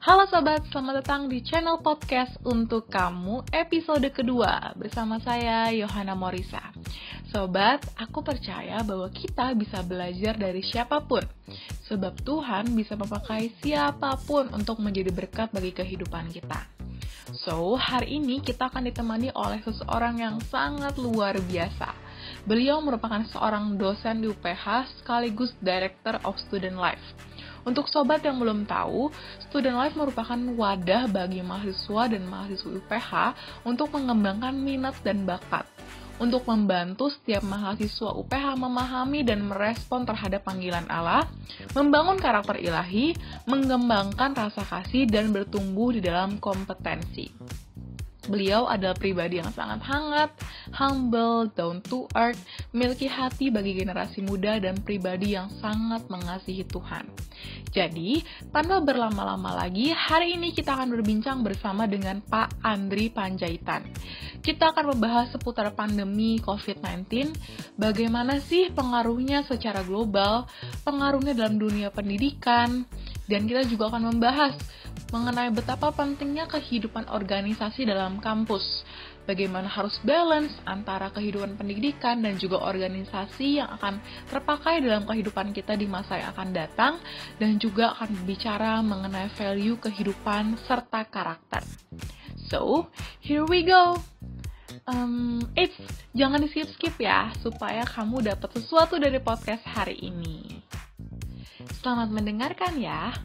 Halo sobat, selamat datang di channel podcast untuk kamu episode kedua bersama saya Yohana Morisa. Sobat, aku percaya bahwa kita bisa belajar dari siapapun, sebab Tuhan bisa memakai siapapun untuk menjadi berkat bagi kehidupan kita. So, hari ini kita akan ditemani oleh seseorang yang sangat luar biasa. Beliau merupakan seorang dosen di UPH sekaligus Director of Student Life. Untuk sobat yang belum tahu, Student Life merupakan wadah bagi mahasiswa dan mahasiswa UPH untuk mengembangkan minat dan bakat, untuk membantu setiap mahasiswa UPH memahami dan merespon terhadap panggilan Allah, membangun karakter ilahi, mengembangkan rasa kasih, dan bertumbuh di dalam kompetensi. Beliau adalah pribadi yang sangat hangat, humble, down to earth, memiliki hati bagi generasi muda, dan pribadi yang sangat mengasihi Tuhan. Jadi, tanpa berlama-lama lagi, hari ini kita akan berbincang bersama dengan Pak Andri Panjaitan. Kita akan membahas seputar pandemi COVID-19, bagaimana sih pengaruhnya secara global, pengaruhnya dalam dunia pendidikan, dan kita juga akan membahas mengenai betapa pentingnya kehidupan organisasi dalam kampus. Bagaimana harus balance antara kehidupan pendidikan dan juga organisasi yang akan terpakai dalam kehidupan kita di masa yang akan datang, dan juga akan berbicara mengenai value kehidupan serta karakter. So, here we go! Jangan di-skip ya, supaya kamu dapat sesuatu dari podcast hari ini. Selamat mendengarkan ya!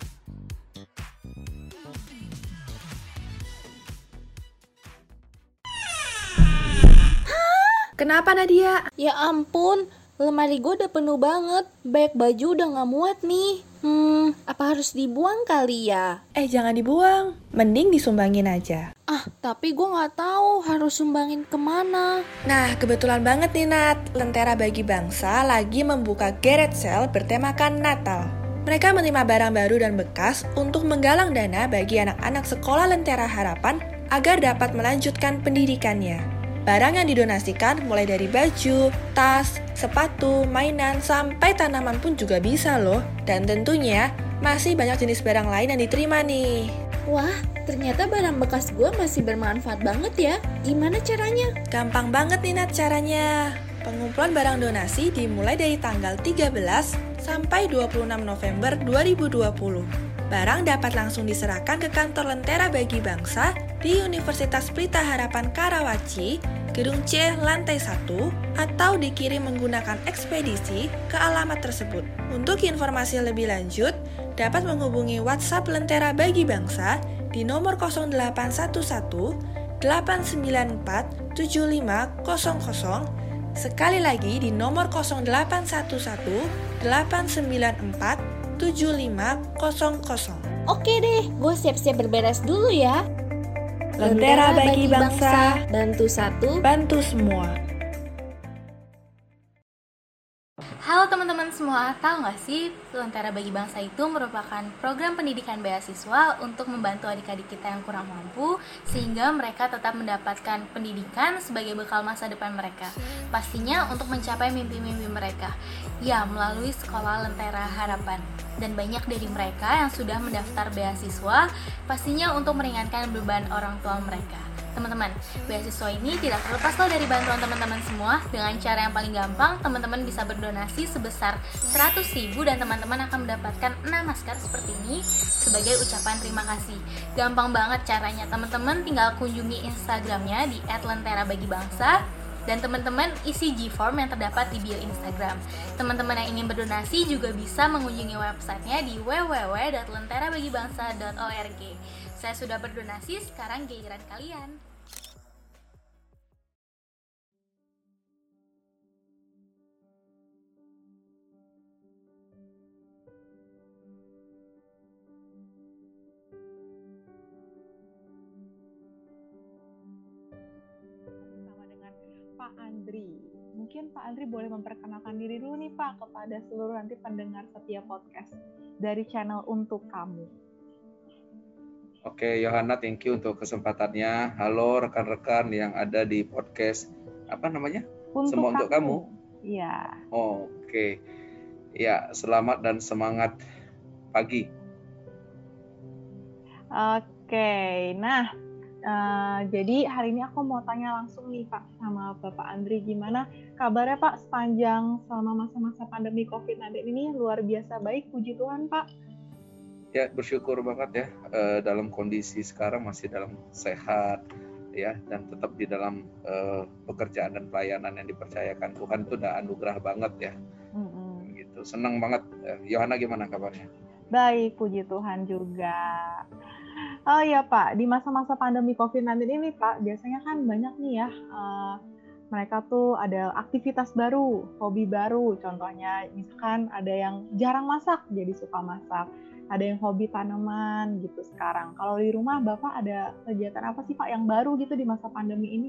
Kenapa Nadia? Ya ampun, lemari gue udah penuh banget. Banyak baju udah gak muat nih. Apa harus dibuang kali ya? Jangan dibuang, mending disumbangin aja. Tapi gue gak tahu harus sumbangin kemana. Nah, kebetulan banget nih Nat, Lentera Bagi Bangsa lagi membuka garage sale bertemakan Natal. Mereka menerima barang baru dan bekas untuk menggalang dana bagi anak-anak sekolah Lentera Harapan agar dapat melanjutkan pendidikannya. Barang yang didonasikan mulai dari baju, tas, sepatu, mainan, sampai tanaman pun juga bisa loh. Dan tentunya masih banyak jenis barang lain yang diterima nih. Wah, ternyata barang bekas gue masih bermanfaat banget ya. Gimana caranya? Gampang banget nih Nat caranya. Pengumpulan barang donasi dimulai dari tanggal 13 sampai 26 November 2020. Barang dapat langsung diserahkan ke kantor Lentera Bagi Bangsa di Universitas Pelita Harapan Karawaci, Gedung C, lantai 1, atau dikirim menggunakan ekspedisi ke alamat tersebut. Untuk informasi lebih lanjut, dapat menghubungi WhatsApp Lentera Bagi Bangsa di nomor 0811 894 7500. Sekali lagi di nomor 0811 894 7500. Oke deh, gue siap-siap berberes dulu ya. Lentera Bagi Bangsa, bantu satu, bantu semua. Halo teman-teman semua, tahu nggak sih Lentera Bagi Bangsa itu merupakan program pendidikan beasiswa untuk membantu adik-adik kita yang kurang mampu sehingga mereka tetap mendapatkan pendidikan sebagai bekal masa depan mereka. Pastinya untuk mencapai mimpi-mimpi mereka, ya melalui sekolah Lentera Harapan. Dan banyak dari mereka yang sudah mendaftar beasiswa, pastinya untuk meringankan beban orang tua mereka. Teman-teman, beasiswa ini tidak terlepas loh dari bantuan teman-teman semua. Dengan cara yang paling gampang, teman-teman bisa berdonasi sebesar 100.000 dan teman-teman akan mendapatkan 6 masker seperti ini sebagai ucapan terima kasih. Gampang banget caranya, teman-teman tinggal kunjungi Instagramnya di @lenterabagibangsa dan teman-teman isi G-form yang terdapat di bio Instagram. Teman-teman yang ingin berdonasi juga bisa mengunjungi websitenya di www.lenterabagibangsa.org. Saya sudah berdonasi, sekarang giliran kalian. Bersama dengan Pak Andri. Mungkin Pak Andri boleh memperkenalkan diri dulu nih Pak kepada seluruh nanti pendengar setiap podcast dari channel Untuk Kamu. Oke, Yohana, thank you untuk kesempatannya. Halo rekan-rekan yang ada di podcast, apa namanya? Semua untuk kamu. Iya. Oke. Ya, selamat dan semangat pagi. Oke, nah jadi hari ini aku mau tanya langsung nih Pak sama Bapak Andri, gimana kabarnya Pak sepanjang selama masa-masa pandemi COVID-19 ini? Luar biasa baik, puji Tuhan Pak. Ya, bersyukur banget ya, dalam kondisi sekarang masih dalam sehat ya, dan tetap di dalam pekerjaan dan pelayanan yang dipercayakan Tuhan, itu udah anugerah banget ya. Gitu, senang banget. Yohana gimana kabarnya? Baik, puji Tuhan juga. Oh iya Pak, di masa-masa pandemi COVID-19 ini Pak, biasanya kan banyak nih ya, mereka tuh ada aktivitas baru, hobi baru. Contohnya misalkan ada yang jarang masak, jadi suka masak. Ada yang hobi tanaman gitu sekarang. Kalau di rumah Bapak ada kegiatan apa sih Pak yang baru gitu di masa pandemi ini?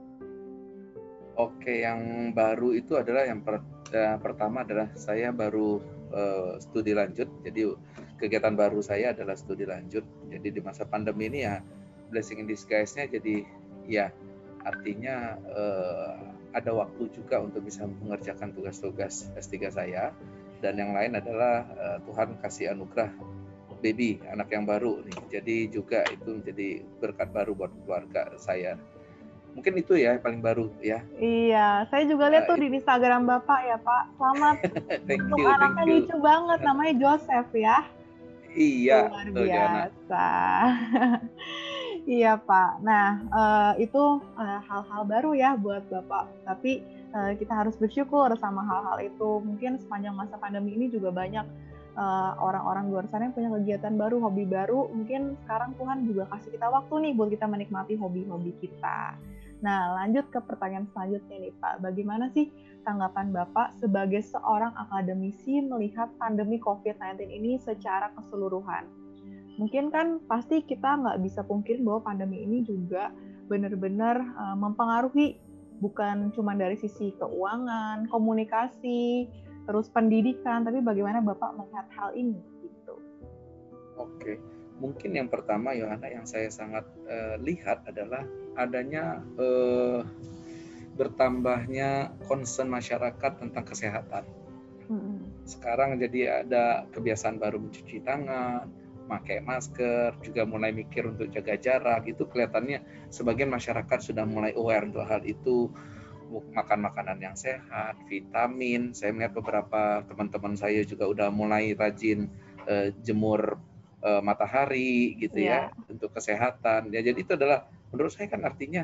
Oke, yang baru itu adalah yang pertama adalah saya baru studi lanjut. Jadi kegiatan baru saya adalah studi lanjut. Jadi di masa pandemi ini ya blessing in disguise-nya, jadi ya artinya ada waktu juga untuk bisa mengerjakan tugas-tugas S3 saya. Dan yang lain adalah Tuhan kasih anugerah baby, anak yang baru nih. Jadi juga itu menjadi berkat baru buat keluarga saya. Mungkin itu ya yang paling baru ya. Iya, saya juga lihat tuh di Instagram Bapak ya Pak. Selamat. Untuk anaknya lucu banget, namanya Joseph ya. Iya, luar biasa. Iya Pak. Nah, itu hal-hal baru ya buat Bapak. Tapi kita harus bersyukur sama hal-hal itu. Mungkin sepanjang masa pandemi ini juga banyak orang-orang di luar sana yang punya kegiatan baru, hobi baru. Mungkin sekarang Tuhan juga kasih kita waktu nih buat kita menikmati hobi-hobi kita. Nah, lanjut ke pertanyaan selanjutnya nih Pak. Bagaimana sih tanggapan Bapak sebagai seorang akademisi melihat pandemi COVID-19 ini secara keseluruhan? Mungkin kan pasti kita nggak bisa pungkirin bahwa pandemi ini juga benar-benar mempengaruhi bukan cuma dari sisi keuangan, komunikasi, terus pendidikan, tapi bagaimana Bapak melihat hal ini? Gitu. Oke, mungkin yang pertama Yohana yang saya sangat lihat adalah adanya bertambahnya concern masyarakat tentang kesehatan. Sekarang jadi ada kebiasaan baru mencuci tangan, pakai masker, juga mulai mikir untuk jaga jarak. Itu kelihatannya sebagian masyarakat sudah mulai aware untuk hal itu, makan makanan yang sehat, vitamin. Saya melihat beberapa teman-teman saya juga udah mulai rajin jemur matahari gitu ya untuk kesehatan. Ya, jadi itu adalah menurut saya kan artinya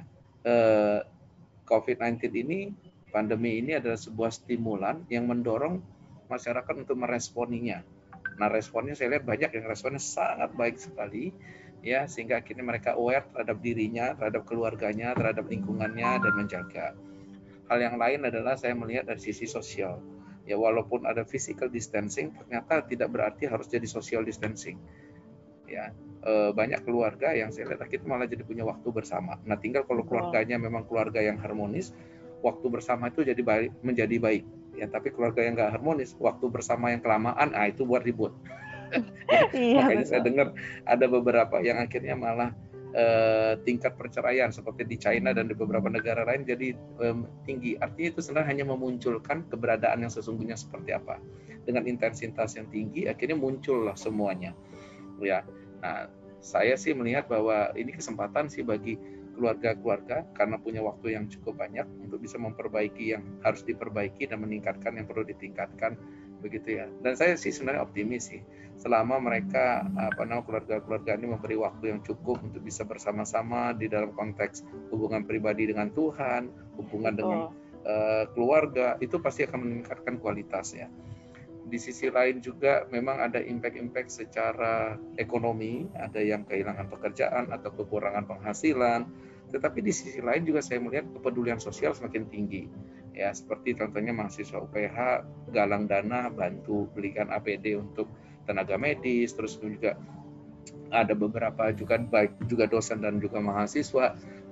COVID-19 ini, pandemi ini adalah sebuah stimulan yang mendorong masyarakat untuk meresponinya. Nah, responnya saya lihat banyak yang responnya sangat baik sekali, ya, sehingga akhirnya mereka aware terhadap dirinya, terhadap keluarganya, terhadap lingkungannya, dan menjaga. Hal yang lain adalah saya melihat dari sisi sosial. Ya, walaupun ada physical distancing, ternyata tidak berarti harus jadi social distancing. Ya, banyak keluarga yang saya lihat kita malah jadi punya waktu bersama. Nah, tinggal kalau keluarganya memang keluarga yang harmonis, waktu bersama itu menjadi baik. Ya, tapi keluarga yang nggak harmonis, waktu bersama yang kelamaan, itu buat ribut. Makanya betul. Saya dengar ada beberapa yang akhirnya malah tingkat perceraian seperti di China dan di beberapa negara lain jadi tinggi. Artinya itu sebenarnya hanya memunculkan keberadaan yang sesungguhnya seperti apa. Dengan intensitas yang tinggi, akhirnya muncullah semuanya. Ya, nah saya sih melihat bahwa ini kesempatan sih bagi keluarga-keluarga karena punya waktu yang cukup banyak untuk bisa memperbaiki yang harus diperbaiki dan meningkatkan yang perlu ditingkatkan, begitu ya. Dan saya sih sebenarnya optimis sih selama mereka keluarga-keluarga ini memberi waktu yang cukup untuk bisa bersama-sama di dalam konteks hubungan pribadi dengan Tuhan, hubungan dengan keluarga, itu pasti akan meningkatkan kualitasnya. Di sisi lain juga memang ada impact secara ekonomi, ada yang kehilangan pekerjaan atau kekurangan penghasilan, tetapi di sisi lain juga saya melihat kepedulian sosial semakin tinggi. Ya, seperti contohnya mahasiswa UPH galang dana bantu belikan APD untuk tenaga medis, terus juga ada beberapa juga baik juga dosen dan juga mahasiswa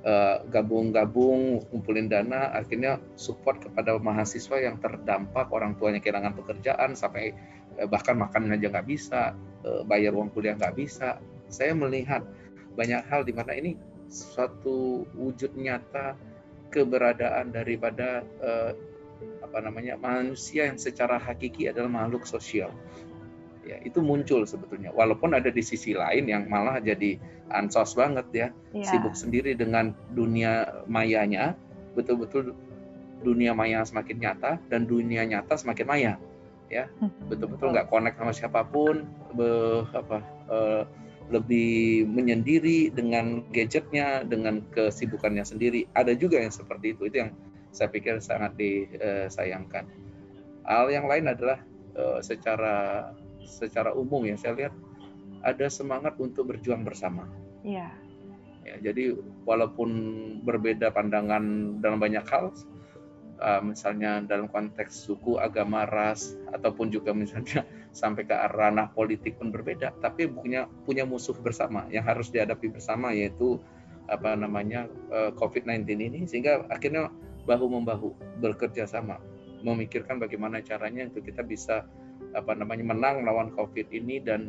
gabung ngumpulin dana, akhirnya support kepada mahasiswa yang terdampak orang tuanya kehilangan pekerjaan sampai bahkan makan aja nggak bisa, bayar uang kuliah nggak bisa. Saya melihat banyak hal di mana ini suatu wujud nyata keberadaan daripada manusia yang secara hakiki adalah makhluk sosial. Ya, itu muncul sebetulnya. Walaupun ada di sisi lain yang malah jadi ansos banget ya, sibuk sendiri dengan dunia mayanya, betul-betul dunia maya semakin nyata dan dunia nyata semakin maya, ya, betul-betul nggak connect sama siapapun, lebih menyendiri dengan gadgetnya, dengan kesibukannya sendiri. Ada juga yang seperti itu yang saya pikir sangat disayangkan. Hal yang lain adalah secara umum ya, saya lihat ada semangat untuk berjuang bersama. Ya, jadi walaupun berbeda pandangan dalam banyak hal, misalnya dalam konteks suku, agama, ras, ataupun juga misalnya sampai ke ranah politik pun berbeda, tapi punya musuh bersama yang harus dihadapi bersama, yaitu COVID-19 ini, sehingga akhirnya bahu-membahu bekerja sama, memikirkan bagaimana caranya untuk kita bisa menang melawan COVID ini dan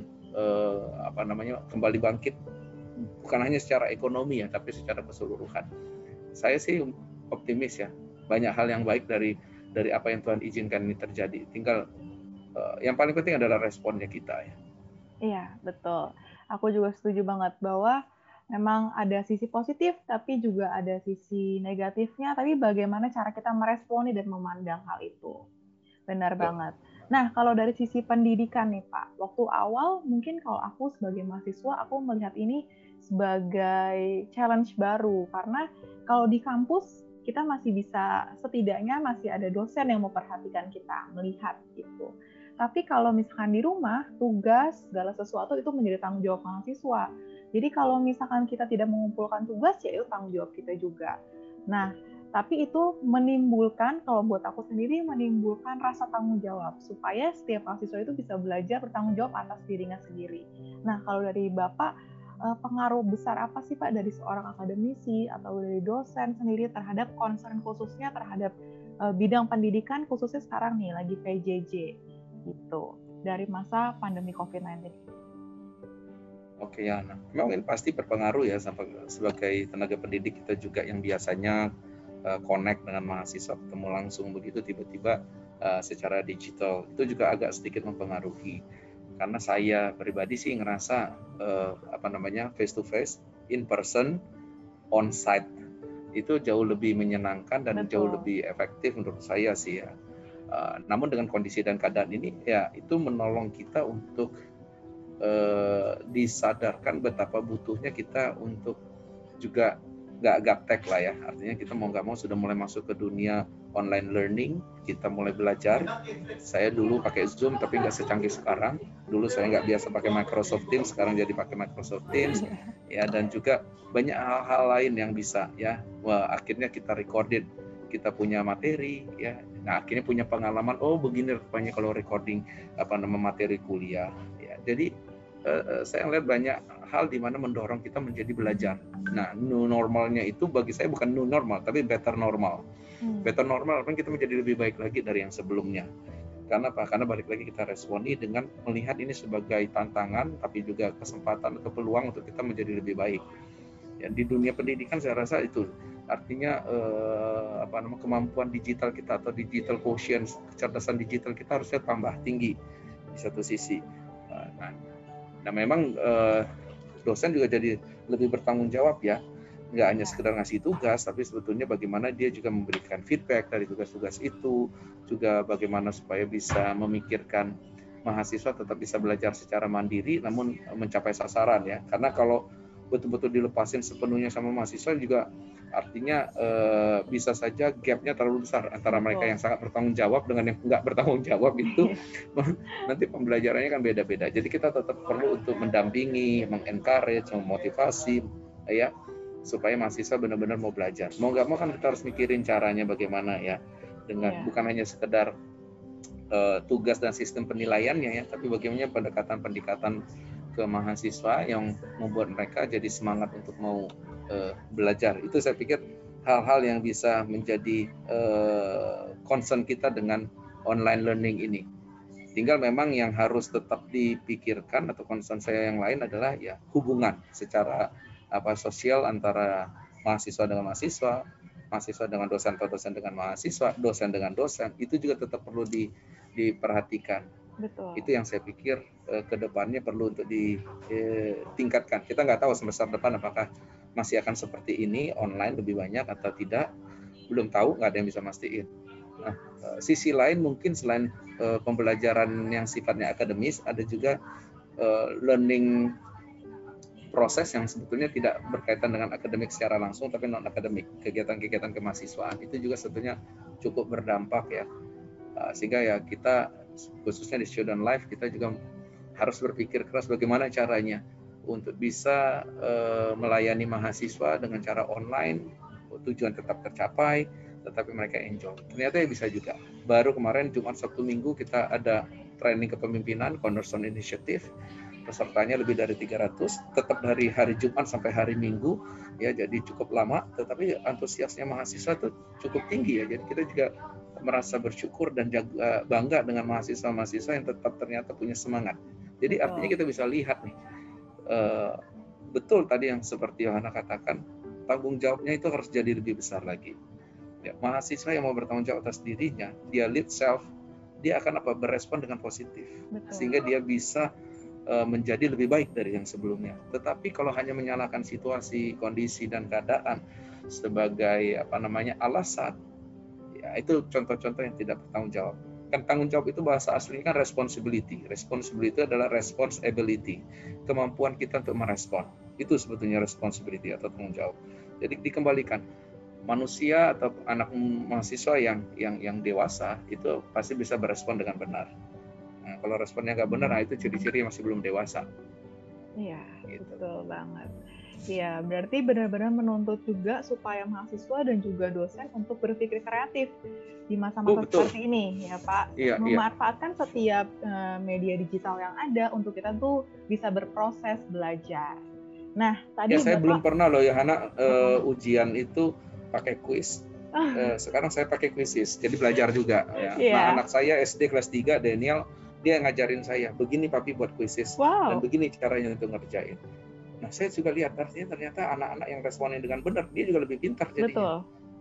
kembali bangkit, bukan hanya secara ekonomi ya, tapi secara keseluruhan. Saya sih optimis ya, banyak hal yang baik dari apa yang Tuhan izinkan ini terjadi. Tinggal yang paling penting adalah responnya kita ya. Iya, betul. Aku juga setuju banget bahwa memang ada sisi positif, tapi juga ada sisi negatifnya, tapi bagaimana cara kita meresponi dan memandang hal itu. Benar banget. Nah, kalau dari sisi pendidikan nih Pak, waktu awal mungkin kalau aku sebagai mahasiswa, aku melihat ini sebagai challenge baru, karena kalau di kampus kita masih bisa, setidaknya masih ada dosen yang memperhatikan kita, melihat gitu. Tapi kalau misalkan di rumah, tugas, segala sesuatu itu menjadi tanggung jawab mahasiswa. Jadi kalau misalkan kita tidak mengumpulkan tugas, ya itu tanggung jawab kita juga. Nah, tapi itu menimbulkan, kalau buat aku sendiri, menimbulkan rasa tanggung jawab, supaya setiap mahasiswa itu bisa belajar bertanggung jawab atas dirinya sendiri. Nah, kalau dari Bapak, pengaruh besar apa sih Pak dari seorang akademisi atau dari dosen sendiri terhadap concern khususnya terhadap bidang pendidikan, khususnya sekarang nih, lagi PJJ, gitu, dari masa pandemi COVID-19? Oke ya, memang ini pasti berpengaruh ya, sebagai tenaga pendidik kita juga yang biasanya connect dengan mahasiswa, ketemu langsung begitu, tiba-tiba secara digital, itu juga agak sedikit mempengaruhi. Karena saya pribadi sih ngerasa face to face, in person, on site itu jauh lebih menyenangkan dan jauh lebih efektif menurut saya sih ya. Namun dengan kondisi dan keadaan ini ya, itu menolong kita untuk disadarkan betapa butuhnya kita untuk juga nggak gaptek lah ya, artinya kita mau nggak mau sudah mulai masuk ke dunia online learning, kita mulai belajar. Saya dulu pakai Zoom tapi nggak secanggih sekarang. Dulu saya nggak biasa pakai Microsoft Teams, sekarang jadi pakai Microsoft Teams ya, dan juga banyak hal-hal lain yang bisa ya. Wah, akhirnya kita recorded, kita punya materi ya. Nah, akhirnya punya pengalaman, oh begini rupanya kalau recording materi kuliah ya. Jadi saya lihat banyak hal di mana mendorong kita menjadi belajar. Nah, new normalnya itu bagi saya bukan new normal, tapi better normal. Better normal, kita menjadi lebih baik lagi dari yang sebelumnya. Karena apa? Karena balik lagi kita responi dengan melihat ini sebagai tantangan, tapi juga kesempatan atau peluang untuk kita menjadi lebih baik. Ya, di dunia pendidikan saya rasa itu artinya kemampuan digital kita atau digital quotient, kecerdasan digital kita harusnya tambah tinggi di satu sisi. Nah, memang dosen juga jadi lebih bertanggung jawab ya, nggak hanya sekedar ngasih tugas, tapi sebetulnya bagaimana dia juga memberikan feedback dari tugas-tugas itu, juga bagaimana supaya bisa memikirkan mahasiswa tetap bisa belajar secara mandiri, namun mencapai sasaran ya. Karena kalau betul-betul dilepasin sepenuhnya sama mahasiswa juga artinya bisa saja gapnya terlalu besar antara mereka yang sangat bertanggung jawab dengan yang nggak bertanggung jawab itu. Nanti pembelajarannya kan beda-beda. Jadi kita tetap perlu untuk mendampingi, mengencourage, memotivasi ya, supaya mahasiswa benar-benar mau belajar. Mau nggak mau kan kita harus mikirin caranya bagaimana ya, dengan bukan hanya sekedar tugas dan sistem penilaiannya ya, tapi bagaimana pendekatan ke mahasiswa yang membuat mereka jadi semangat untuk mau belajar. Itu saya pikir hal-hal yang bisa menjadi concern kita dengan online learning ini. Tinggal memang yang harus tetap dipikirkan atau concern saya yang lain adalah ya hubungan secara sosial antara mahasiswa dengan mahasiswa, mahasiswa dengan dosen atau dosen dengan mahasiswa, dosen dengan dosen, itu juga tetap perlu diperhatikan. Betul. Itu yang saya pikir ke depannya perlu untuk ditingkatkan. Kita nggak tahu semester depan apakah masih akan seperti ini, online lebih banyak atau tidak, belum tahu, nggak ada yang bisa mastiin. Nah, sisi lain mungkin selain pembelajaran yang sifatnya akademis, ada juga learning proses yang sebetulnya tidak berkaitan dengan akademik secara langsung, tapi non akademik, kegiatan-kegiatan kemahasiswaan itu juga sebetulnya cukup berdampak ya, sehingga ya kita khususnya di student life kita juga harus berpikir keras bagaimana caranya untuk bisa melayani mahasiswa dengan cara online, tujuan tetap tercapai, tetapi mereka enjoy. Ternyata ya bisa juga. Baru kemarin Jumat Sabtu Minggu kita ada training kepemimpinan Cornerstone Initiative, pesertanya lebih dari 300, tetap dari hari Jumat sampai hari Minggu ya, jadi cukup lama, tetapi antusiasnya mahasiswa itu cukup tinggi ya. Jadi kita juga merasa bersyukur dan bangga dengan mahasiswa-mahasiswa yang tetap ternyata punya semangat. Jadi artinya kita bisa lihat nih, betul tadi yang seperti Yohana katakan, tanggung jawabnya itu harus jadi lebih besar lagi. Ya, mahasiswa yang mau bertanggung jawab atas dirinya, dia lead self, dia akan berespon dengan positif. Betul. Sehingga dia bisa menjadi lebih baik dari yang sebelumnya. Tetapi kalau hanya menyalahkan situasi, kondisi dan keadaan sebagai alasan, ya itu contoh-contoh yang tidak bertanggung jawab. Kan tanggung jawab itu bahasa aslinya kan responsibility. Responsibility itu adalah responsibility, kemampuan kita untuk merespon. Itu sebetulnya responsibility atau tanggung jawab. Jadi dikembalikan, manusia atau anak mahasiswa yang dewasa itu pasti bisa berespon dengan benar. Nah, kalau responnya nggak benar, itu ciri-ciri masih belum dewasa. Iya, gitu. Betul banget. Iya, berarti benar-benar menuntut juga supaya mahasiswa dan juga dosen untuk berpikir kreatif di masa-masa seperti ini, ya Pak. Iya, memanfaatkan setiap media digital yang ada untuk kita tuh bisa berproses belajar. Nah, tadi saya belum pernah loh Yohana ujian itu pakai kuis. Sekarang saya pakai kuisis, jadi belajar juga. Ya. Yeah. Nah, anak saya SD kelas 3, Daniel, dia ngajarin saya, begini papi buat kuisis, dan begini caranya untuk ngerjain. Nah, saya juga lihat artinya ternyata anak-anak yang responin dengan benar, dia juga lebih pintar jadinya. Betul.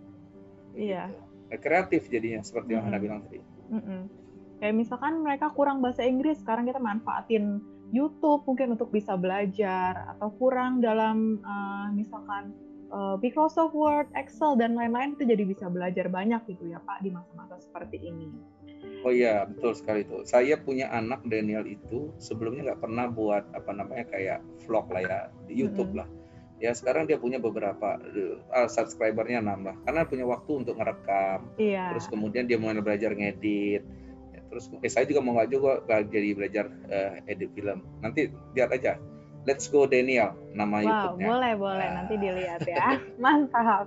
Iya. Kreatif jadinya, seperti yang Anda bilang tadi. Kayak misalkan mereka kurang bahasa Inggris, sekarang kita manfaatin YouTube mungkin untuk bisa belajar, atau kurang dalam misalkan Microsoft Word, Excel, dan lain-lain, itu jadi bisa belajar banyak gitu ya Pak di masa-masa seperti ini. Oh iya, betul sekali itu. Saya punya anak Daniel itu sebelumnya nggak pernah buat kayak vlog lah ya di YouTube lah. Ya sekarang dia punya beberapa subscribernya nambah karena punya waktu untuk ngerekam. Iya. Terus kemudian dia mulai belajar ngedit. Ya, terus saya juga mau jadi belajar edit film. Nanti lihat aja. Let's Go Daniel nama YouTube-nya. Boleh nanti dilihat ya. Mantap.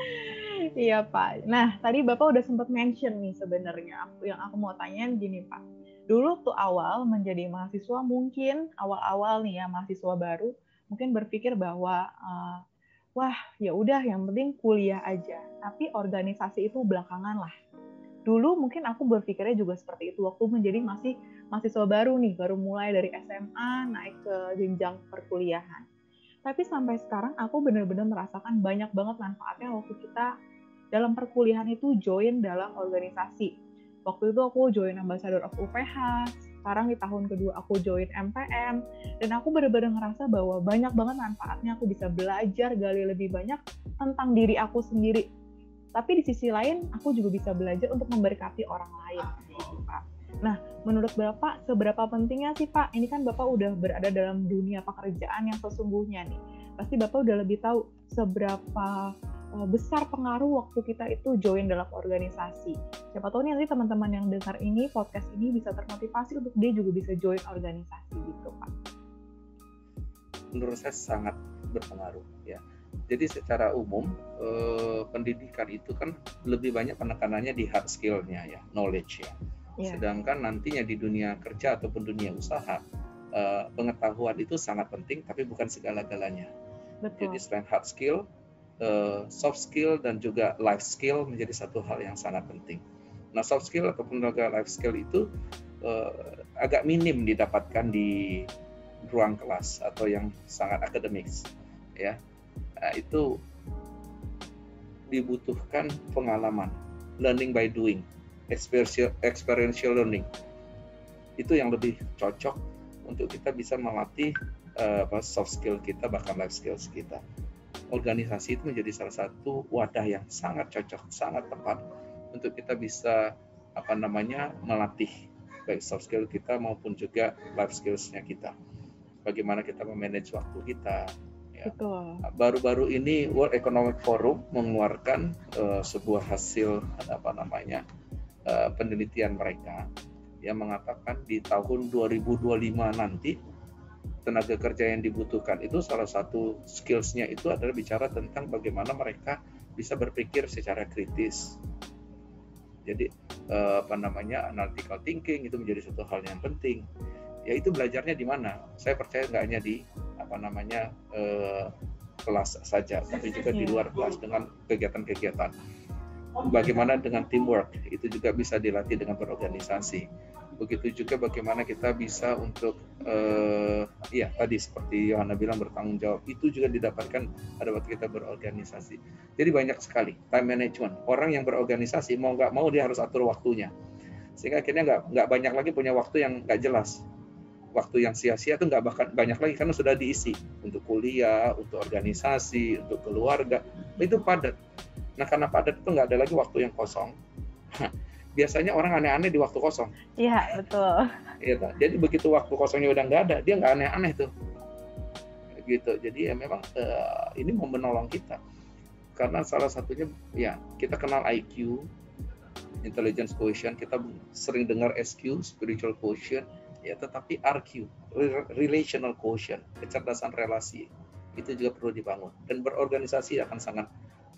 Iya Pak. Nah tadi Bapak udah sempat mention nih sebenarnya yang aku mau tanyain gini Pak. Dulu tuh awal menjadi mahasiswa mungkin awal-awal nih ya mahasiswa baru mungkin berpikir bahwa wah ya udah yang penting kuliah aja. Tapi organisasi itu belakangan lah. Dulu mungkin aku berpikirnya juga seperti itu waktu menjadi masih mahasiswa baru nih, baru mulai dari SMA naik ke jenjang perkuliahan. Tapi sampai sekarang aku benar-benar merasakan banyak banget manfaatnya waktu kita dalam perkuliahan itu join dalam organisasi. Waktu itu aku join Ambassador of UPH, sekarang di tahun kedua aku join MPM, dan aku benar-benar ngerasa bahwa banyak banget manfaatnya, aku bisa belajar, gali lebih banyak tentang diri aku sendiri. Tapi di sisi lain, aku juga bisa belajar untuk memberkati orang lain. Pak. Nah, menurut Bapak, seberapa pentingnya sih Pak? Ini kan Bapak udah berada dalam dunia pekerjaan yang sesungguhnya nih. Pasti Bapak udah lebih tahu seberapa besar pengaruh waktu kita itu join dalam organisasi. Siapa tahu nih nanti teman-teman yang dengar ini, podcast ini bisa termotivasi untuk dia juga bisa join organisasi gitu Pak. Menurut saya sangat berpengaruh ya. Jadi secara umum pendidikan itu kan lebih banyak penekanannya di hard skill-nya ya, knowledge ya. Sedangkan nantinya di dunia kerja ataupun dunia usaha, pengetahuan itu sangat penting, tapi bukan segala-galanya. Betul. Jadi selain hard skill, soft skill dan juga life skill menjadi satu hal yang sangat penting. Nah, soft skill ataupun juga life skill itu agak minim didapatkan di ruang kelas atau yang sangat akademis, ya. Nah, itu dibutuhkan pengalaman, learning by doing. Experiential learning. itu yang lebih cocok untuk kita bisa melatih soft skill kita, bahkan life skills kita. Organisasi itu menjadi salah satu wadah yang sangat cocok, sangat tepat untuk kita bisa melatih baik soft skill kita maupun juga life skills-nya kita. Bagaimana kita memanage waktu kita. Ya. Betul. Baru-baru ini World Economic Forum mengeluarkan sebuah hasil penelitian mereka yang mengatakan di tahun 2025 nanti tenaga kerja yang dibutuhkan itu salah satu skills-nya itu adalah bicara tentang bagaimana mereka bisa berpikir secara kritis. Jadi analytical thinking itu menjadi satu hal yang penting. Ya itu belajarnya di mana? Saya percaya nggak hanya di kelas saja, tapi juga di luar kelas dengan kegiatan-kegiatan. Bagaimana dengan teamwork, itu juga bisa dilatih dengan berorganisasi. Begitu juga bagaimana kita bisa untuk tadi seperti Yohana bilang bertanggung jawab, itu juga didapatkan pada waktu kita berorganisasi. Jadi banyak sekali time management. Orang yang berorganisasi mau nggak mau dia harus atur waktunya, sehingga akhirnya nggak banyak lagi punya waktu yang nggak jelas. Waktu yang sia-sia itu nggak banyak lagi karena sudah diisi untuk kuliah, untuk organisasi, untuk keluarga, itu padat. Nah karena padat itu nggak ada lagi waktu yang kosong. Biasanya orang aneh-aneh di waktu kosong. Iya, betul. Iya, jadi begitu waktu kosongnya udah nggak ada, dia nggak aneh-aneh tuh. Gitu. Jadi ya memang ini mau menolong kita. Karena salah satunya ya kita kenal IQ, intelligence quotient, kita sering dengar SQ, spiritual quotient, ya tetapi RQ, relational quotient, kecerdasan relasi, itu juga perlu dibangun. Dan berorganisasi akan sangat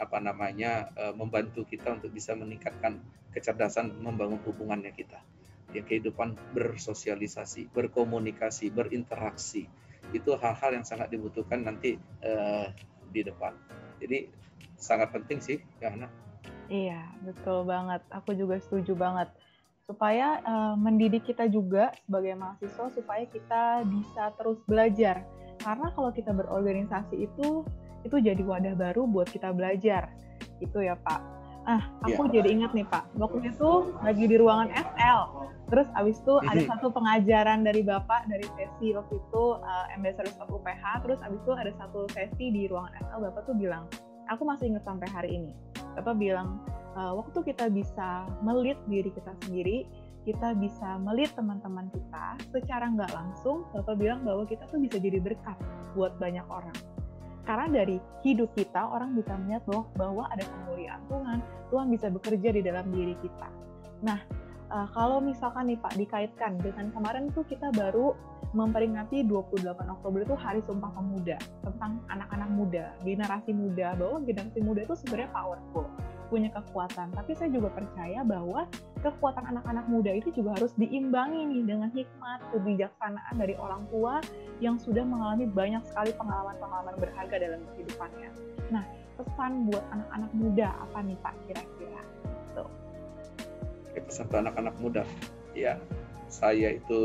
membantu kita untuk bisa meningkatkan kecerdasan membangun hubungannya kita. Ya, kehidupan bersosialisasi, berkomunikasi, berinteraksi, itu hal-hal yang sangat dibutuhkan nanti di depan. Jadi sangat penting sih, Yohana. Iya, betul banget. Aku juga setuju banget. Supaya mendidik kita juga sebagai mahasiswa supaya kita bisa terus belajar. Karena kalau kita berorganisasi itu jadi wadah baru buat kita belajar. Itu ya, Pak. Aku jadi ingat nih, Pak. Waktu itu lagi di ruangan SL. Terus abis itu ada satu pengajaran dari Bapak dari sesi waktu itu Ambassadors of UPH. Terus abis itu ada satu sesi di ruangan SL. Bapak tuh bilang, aku masih ingat sampai hari ini. Bapak bilang, waktu kita bisa melit diri kita sendiri, kita bisa melit teman-teman kita secara nggak langsung. Bapak bilang bahwa kita tuh bisa jadi berkat buat banyak orang. Karena dari hidup kita, orang bisa melihat bahwa ada kemuliaan Tuhan, Tuhan bisa bekerja di dalam diri kita. Nah, kalau misalkan nih Pak, dikaitkan dengan kemarin tuh kita baru memperingati 28 Oktober itu Hari Sumpah Pemuda, tentang anak-anak muda, generasi muda, bahwa generasi muda itu sebenarnya powerful, punya kekuatan. Tapi saya juga percaya bahwa kekuatan anak-anak muda itu juga harus diimbangi nih dengan hikmat, kebijaksanaan dari orang tua yang sudah mengalami banyak sekali pengalaman-pengalaman berharga dalam kehidupannya. Nah, pesan buat anak-anak muda apa nih Pak kira-kira? Tuh. Pesan untuk anak-anak muda, ya saya itu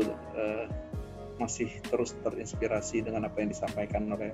masih terus terinspirasi dengan apa yang disampaikan oleh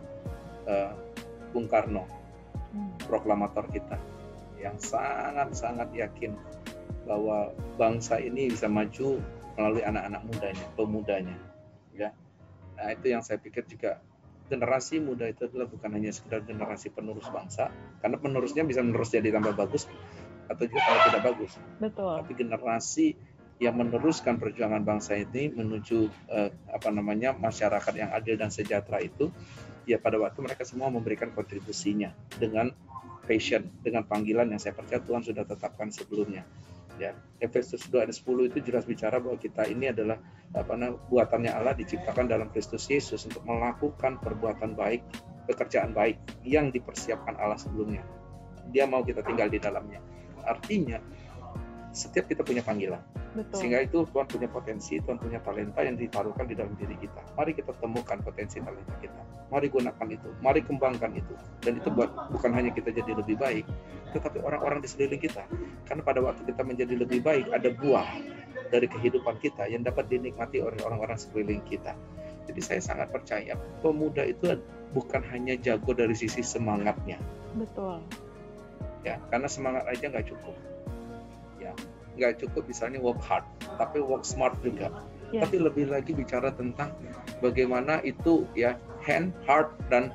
Bung Karno, proklamator kita, yang sangat-sangat yakin bahwa bangsa ini bisa maju melalui anak-anak pemudanya. Ya, nah itu yang saya pikir juga generasi muda itu adalah bukan hanya sekedar generasi penerus bangsa, karena penerusnya bisa menerus jadi tambah bagus atau juga kalau tidak bagus. Betul. Tapi generasi yang meneruskan perjuangan bangsa ini menuju masyarakat yang adil dan sejahtera itu, ya pada waktu mereka semua memberikan kontribusinya dengan passion, dengan panggilan yang saya percaya Tuhan sudah tetapkan sebelumnya. Ya, Efesus 2 ayat 10 itu jelas bicara bahwa kita ini adalah buatannya Allah, diciptakan dalam Kristus Yesus untuk melakukan perbuatan baik, pekerjaan baik yang dipersiapkan Allah sebelumnya. Dia mau kita tinggal di dalamnya. Artinya setiap kita punya panggilan. Betul. Sehingga itu Tuhan punya potensi, Tuhan punya talenta yang ditaruhkan di dalam diri kita. Mari kita temukan potensi talenta kita. Mari gunakan itu, mari kembangkan itu. Dan itu bukan hanya kita jadi lebih baik, tetapi orang-orang di sekeliling kita. Karena pada waktu kita menjadi lebih baik, ada buah dari kehidupan kita yang dapat dinikmati oleh orang-orang sekeliling kita. Jadi saya sangat percaya pemuda itu bukan hanya jago dari sisi semangatnya. Betul. Ya, karena semangat aja nggak cukup. Ya, nggak cukup misalnya work hard, tapi work smart juga. Yeah. Tapi lebih lagi bicara tentang bagaimana itu ya hand, heart, dan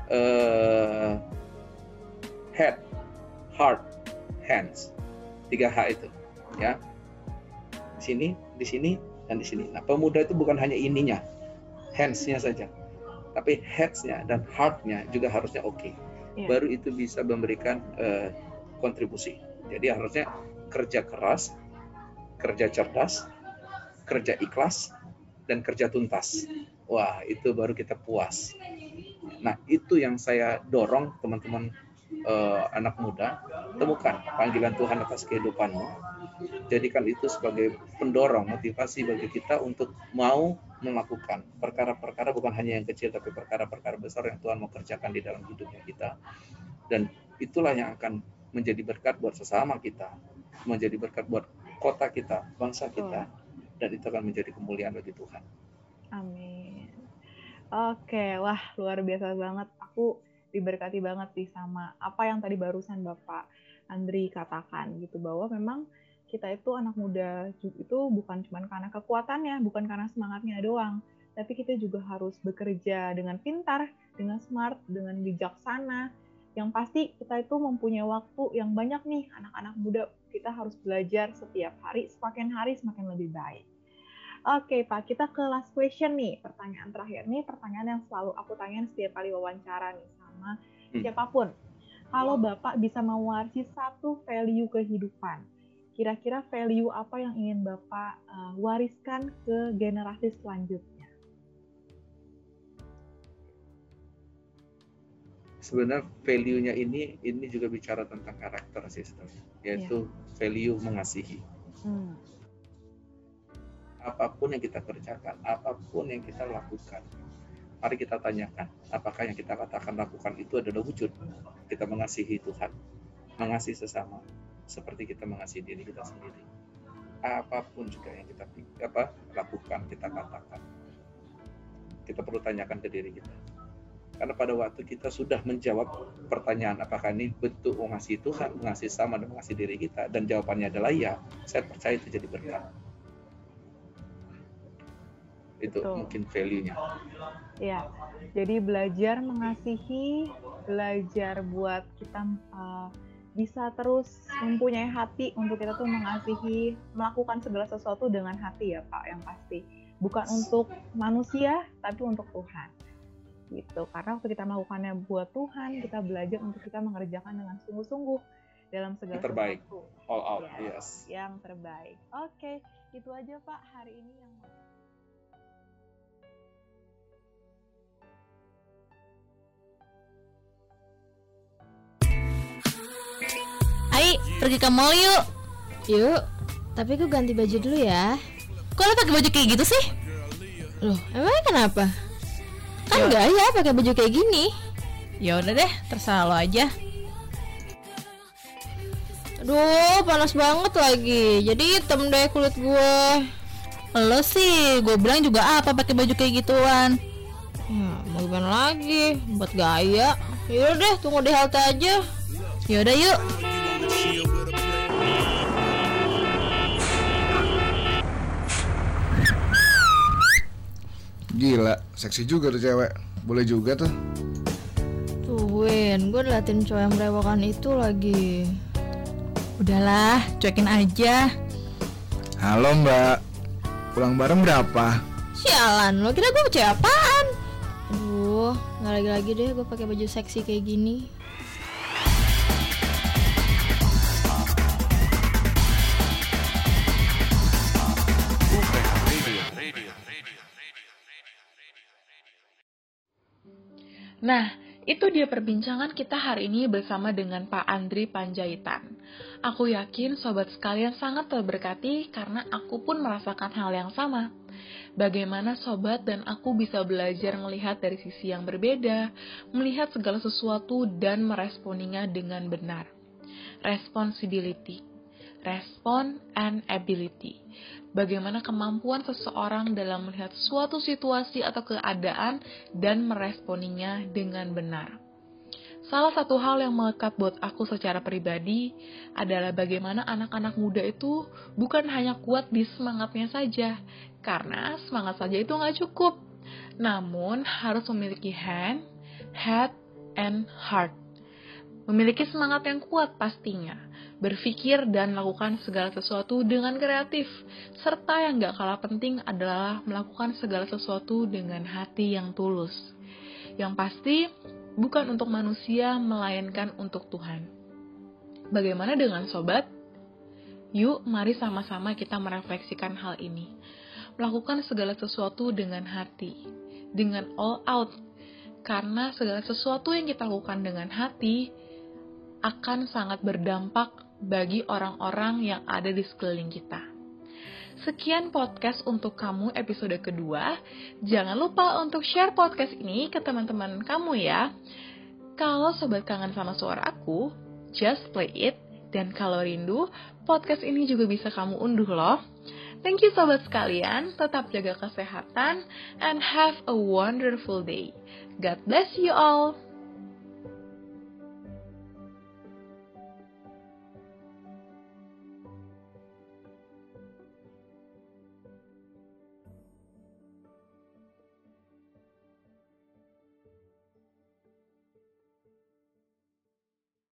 head, heart, hands. 3H itu ya. Di sini, dan di sini. Nah, pemuda itu bukan hanya ininya, hands-nya saja, tapi heads-nya dan heart-nya juga harusnya oke. Yeah. Baru itu bisa memberikan kontribusi. Jadi harusnya kerja keras, kerja cerdas, kerja ikhlas, dan kerja tuntas. Wah, itu baru kita puas. Nah, itu yang saya dorong teman-teman anak muda, temukan panggilan Tuhan atas kehidupanmu. Jadikan itu sebagai pendorong, motivasi bagi kita untuk mau melakukan perkara-perkara bukan hanya yang kecil, tapi perkara-perkara besar yang Tuhan mau kerjakan di dalam hidupnya kita. Dan itulah yang akan menjadi berkat buat sesama kita, menjadi berkat buat kota kita, bangsa kita, dan itu akan menjadi kemuliaan bagi Tuhan. Amin. Oke, wah luar biasa banget. Aku diberkati banget sih sama apa yang tadi barusan Bapak Andri katakan gitu, bahwa memang kita itu anak muda itu bukan cuma karena kekuatannya, bukan karena semangatnya doang, tapi kita juga harus bekerja dengan pintar, dengan smart, dengan bijaksana. Yang pasti kita itu mempunyai waktu yang banyak nih, anak-anak muda. Kita harus belajar setiap hari semakin lebih baik. Oke Pak, kita ke last question nih. Pertanyaan terakhir nih, pertanyaan yang selalu aku tanyain setiap kali wawancara nih sama siapapun. Kalau Bapak bisa mewarisi satu value kehidupan, kira-kira value apa yang ingin Bapak wariskan ke generasi selanjutnya? Sebenarnya value-nya ini juga bicara tentang karakter sistem, yaitu value mengasihi. Apapun yang kita kerjakan, apapun yang kita lakukan, mari kita tanyakan, apakah yang kita katakan lakukan itu adalah wujud kita mengasihi Tuhan, mengasihi sesama, seperti kita mengasihi diri kita sendiri. Apapun juga yang kita lakukan, kita katakan, kita perlu tanyakan ke diri kita. Karena pada waktu kita sudah menjawab pertanyaan apakah ini bentuk mengasihi Tuhan, mengasihi sama, dan mengasihi diri kita, dan jawabannya adalah ya, saya percaya itu jadi berkat. Itu mungkin value-nya. Ya, jadi belajar mengasihi, belajar buat kita bisa terus mempunyai hati untuk kita tuh mengasihi, melakukan segala sesuatu dengan hati ya Pak, yang pasti. Bukan untuk manusia, tapi untuk Tuhan. Gitu. Karena waktu kita melakukannya buat Tuhan, kita belajar untuk kita mengerjakan dengan sungguh-sungguh dalam segala terbaik. sesuatu. All out, yes. Yang terbaik. Oke, itu aja Pak hari ini yang Ai, pergi ke mall yuk. Yuk, tapi gue ganti baju dulu ya. Kok lo pakai baju kayak gitu sih? Loh, emangnya kenapa? Ya. Kan gaya pakai baju kayak gini. Ya udah deh, terserah lo aja. Aduh, panas banget lagi. Jadi hitam deh kulit gue. Lo sih, gue bilang juga apa pakai baju kayak gituan. Ya, mau gimana lagi? Buat gaya. Yaudah deh, tunggu di halte aja. Yaudah yuk. Gila, seksi juga tuh cewek. Boleh juga tuh. Tuh Win, gue liatin cowok yang berewokan itu lagi. Udahlah, cuekin aja. Halo mbak, pulang bareng berapa? Sialan, lo kira gue cewek apaan? Aduh, gak lagi-lagi deh gue pakai baju seksi kayak gini. Nah, itu dia perbincangan kita hari ini bersama dengan Pak Andri Panjaitan. Aku yakin sobat sekalian sangat terberkati karena aku pun merasakan hal yang sama. Bagaimana sobat dan aku bisa belajar melihat dari sisi yang berbeda, melihat segala sesuatu dan meresponinya dengan benar. Responsibility, respond and ability. Bagaimana kemampuan seseorang dalam melihat suatu situasi atau keadaan dan meresponinya dengan benar. Salah satu hal yang melekat buat aku secara pribadi adalah bagaimana anak-anak muda itu bukan hanya kuat di semangatnya saja, karena semangat saja itu nggak cukup, namun harus memiliki hand, head, and heart. Memiliki semangat yang kuat pastinya, berpikir dan melakukan segala sesuatu dengan kreatif, serta yang gak kalah penting adalah melakukan segala sesuatu dengan hati yang tulus. Yang pasti, bukan untuk manusia, melainkan untuk Tuhan. Bagaimana dengan sobat? Yuk, mari sama-sama kita merefleksikan hal ini. Melakukan segala sesuatu dengan hati, dengan all out. Karena segala sesuatu yang kita lakukan dengan hati akan sangat berdampak bagi orang-orang yang ada di sekeliling kita. Sekian podcast untuk kamu episode kedua. Jangan lupa untuk share podcast ini ke teman-teman kamu ya. Kalau sobat kangen sama suara aku, just play it. Dan kalau rindu, podcast ini juga bisa kamu unduh loh. Thank you sobat sekalian, tetap jaga kesehatan and have a wonderful day. God bless you all.